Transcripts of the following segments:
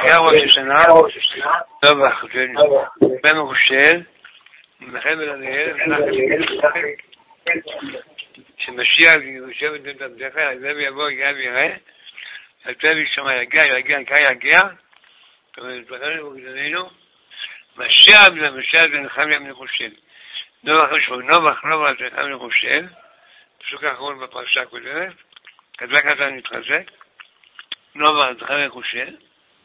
אחרי ראש השנה, טוב, בן רושל, מנחם בן אליעזר, שמשיח יושב את עבדך, זה ויבוא, יגיע ויראה, יצא וישמע, יגיע, זאת אומרת, פתחנו בגדנינו, משיח זה נחם בן רושל. נובח זה נחם בן רושל, פסוק האחרון בפרשה הקודמת, כתבה כזה נתחזק, נובח זה נחם בן רושל,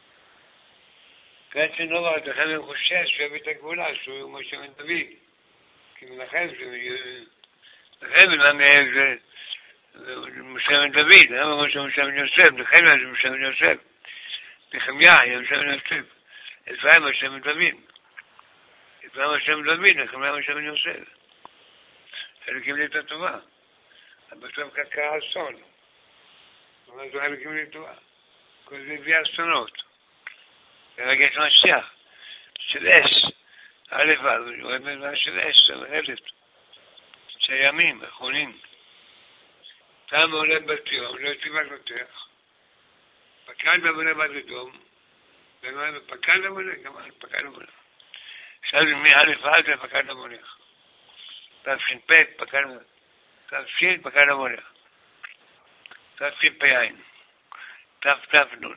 כעת שנובח זה נחם בן רושל, שואב את הגבולה, שהוא משה בן דוד, כי מנחם זה משה בן דוד, למה משה בן יוסף, נחמיה זה משה בן יוסף, נחמיה זה משה בן יוסף, אפרים משה בן דוד, אפרים משה בן דוד, נחמיה משה בן יוסף. חלקים לי את הטובה, אבל בסוף קרה אסון, אבל זה חלקים לי טובה, כל זה הביא אסונות, ורגש משיח, של אש, א' הוא יורד מזמן של אש, מרדת, שהימים האחרונים, תם עולה בתיאום, לא יציבה כותך, פקד ובונה בת אדום, פקד ובונה, גם פקד ובונה. עכשיו מי א' זה פקד ובונה. תש"פ פקד ובונה. תש"פ פקד ובונה. תש"פ ת"נ.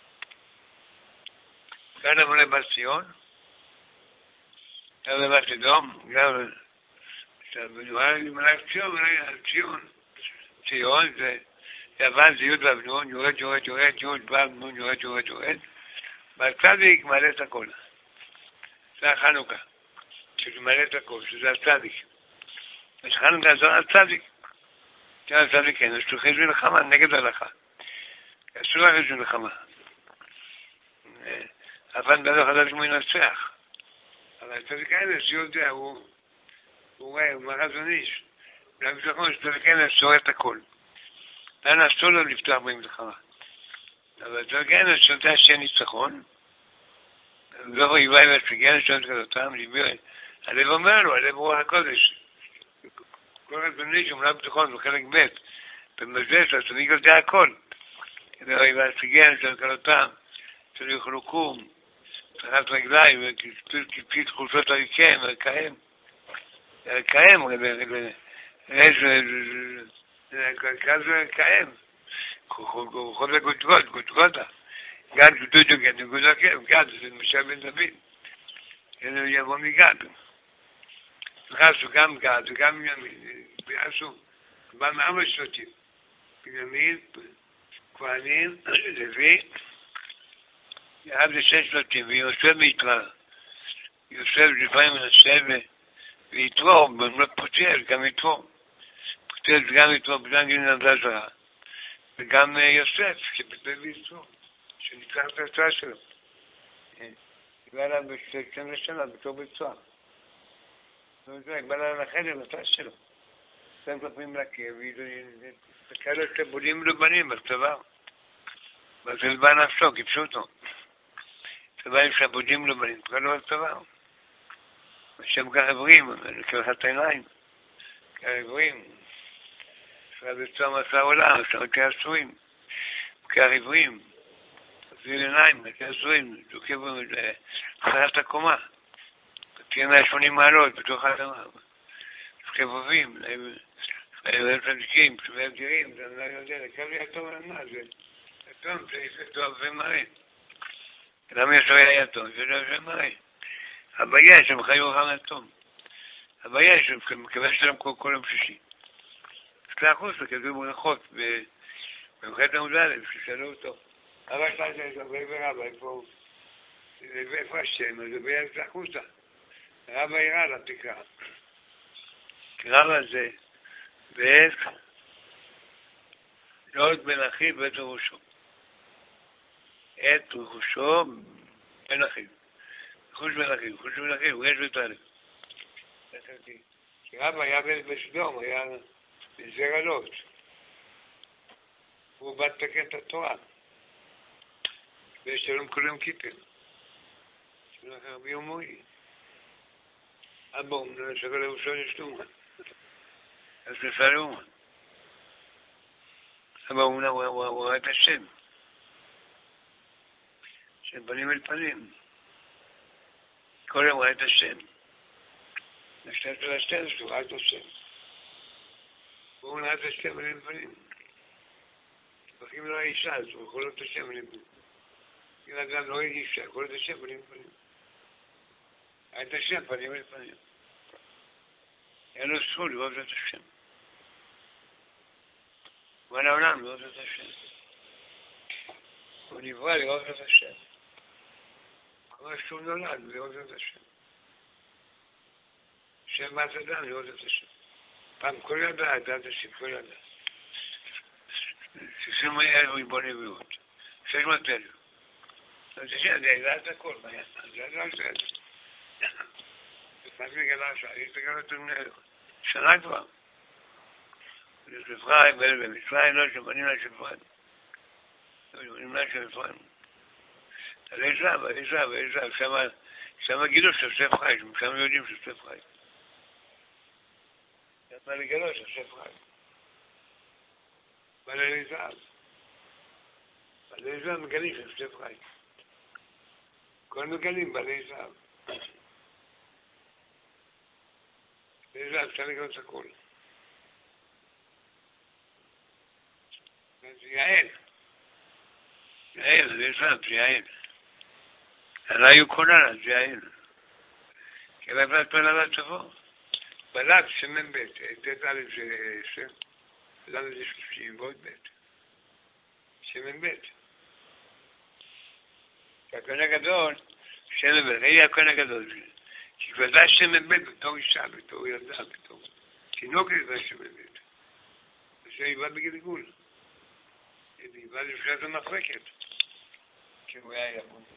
פקד ובונה בציון, גם בבת אדום, גם מלאך ציון זה יוון זה יוד ואבנון, יורד, יוד ואבנון, יורד. והצדיק מעלה את הכל. זה החנוכה, שזה מעלה את הכל, שזה הצדיק. וחנוכה זה הצדיק. זה הצדיק, אין, יש לו חיזוי מלחמה נגד הלכה. אסור לך חיזוי מלחמה. אבל בדרך כלל הוא ינצח. אבל הצדיק האלה שיודע, הוא רואה, הוא מרזון איש. והביטחון שצדיק האלה שורר את הכל. למה אסור לו לפתוח במלחמה. אבל צדיק האלה שיודע שאין ניצחון. לא ריבה עם הספיגן שואלת כזאתם, הלב אומר לו, הלב רוח הקודש. כל רצוני שמונה ביטחון, זה חלק ב' במזלס, אז אני יודע הכל. כדי ריבה הספיגן שואלת כזאתם, שלא יוכלו קום, צחת רגליים, וכפית תחושות הריקם, הרקהם, כזה רקהם, כוחות וגודגודה. גד ודודו גד, גד, זה משה בן דוד. זה יבוא מגד. עשו גם גד וגם בנימין. עשו, בא מארבע שבטים. בנימין, כהנים, לוי, ירד לשש שבטים, ויוסף ויתרו. יוסף לפעמים מנסה ויתרו, במלוא פוטר, גם יתרו. פוטר גם יתרו, בגלל גילים עבדה זרה. וגם יוסף, שבטל ויתרו. שנקרא את ההצעה שלו. בא לה בשנה לשנה, בתור בצועה. בא לה לחדר, להצעה שלו. שם כלפים להכיר, וכאלה שבולים לבנים בצבא. ואז זה בא נפסו, כיפשו אותו. צבא עם שבולים לבנים, כאלה בצבא. השם כך עברים, כלחת העיניים. כך עברים. שרה בצועה מסע עולם, שרה כאסורים. כך עברים. זה עיניים, כעשורים, דוקב לחלת הקומה, תהיה 180 מעלות בתוך האדמה, כבובים, להם צדיקים, שווה גרים, זה לא יודע, לקו לי הטוב למה, זה הטוב, זה יפה טוב ומראה. למה יש היה טוב? זה לא ומראה. הבעיה שהם חיו רם הטוב. הבעיה שהם מקווה שלהם כל יום שישי. סלח חוץ, וכתוב ברכות, במחרת עמוד א', ששאלו אותו. אבל שלך זה רבי ורבא, איפה השם, זה ביד החוצה. רבא יראה לתקרה. רבא זה בעת לא את בן אחיו ואת רכושו. את רכושו בן אחיו. רכוש בן אחיו, יש ותלם. כי רבא היה בסדום, היה בזרעלות. הוא בא לתקן את התורה. ויש שלום כולם כיפר. שלום אחר רבי אומוי. אבא אומנה, שגל לבושו נשתומה. אז נפלאומה. אבא אומנה, הוא ראה את השם. של פנים אל פנים. כל יום ראה את השם. השם של השם שלו, ראה את השם. והוא ראה את השם פנים אל פנים. וכי אם לא היה אישה, אז הוא יכול לראות את השם פנים אל פנים. אם אדם לא היה אישה, יכול לראות את השם פנים אל פנים. ראה את השם פנים אל פנים. אין לו זכות לראות את השם. ואין העולם לראות את השם. הוא נברא לראות את השם. כמו שהוא נולד לראות את השם. שם בת אדם לראות את השם. פעם כל ידע, ידעת השם, כל ידע. 60,000 ריבוני בריאות. 600,000. אז השם, זה ידעת הכל, מה ידע? זה ידע על זה. לפעמים מגלה השעה, יש לגלות את המנהל. שנה כבר. בספריים, במצרים, לא שבנים לה שפריים. שבנים לה שפריים. על עזב, שם גילו שסף חי, שם יודעים שסף חי. מה לגלות שסף חי. בעלי עזב. בעלי עזב מגלים שסף חי. כל מגלים בעלי עזב. בעלי עזב, אפשר לגלות הכל. זה יעל. יעל, זה עזב, זה יעל. לא היו קונן, זה יעל. כי בבת פלאבת תבוא. בלת שמן בית, תת א' זה שם. למה זה 30 ועוד בית? שמן בית. כי הכהן הגדול, שמן בית, ראי הכהן הגדול. כי כבר זה שמן בית בתור אישה, בתור ילדה, בתור תינוק זה שמן בית. זה היווה בגלגול. זה היווה לפשט המחלקת. כי הוא היה יבוא.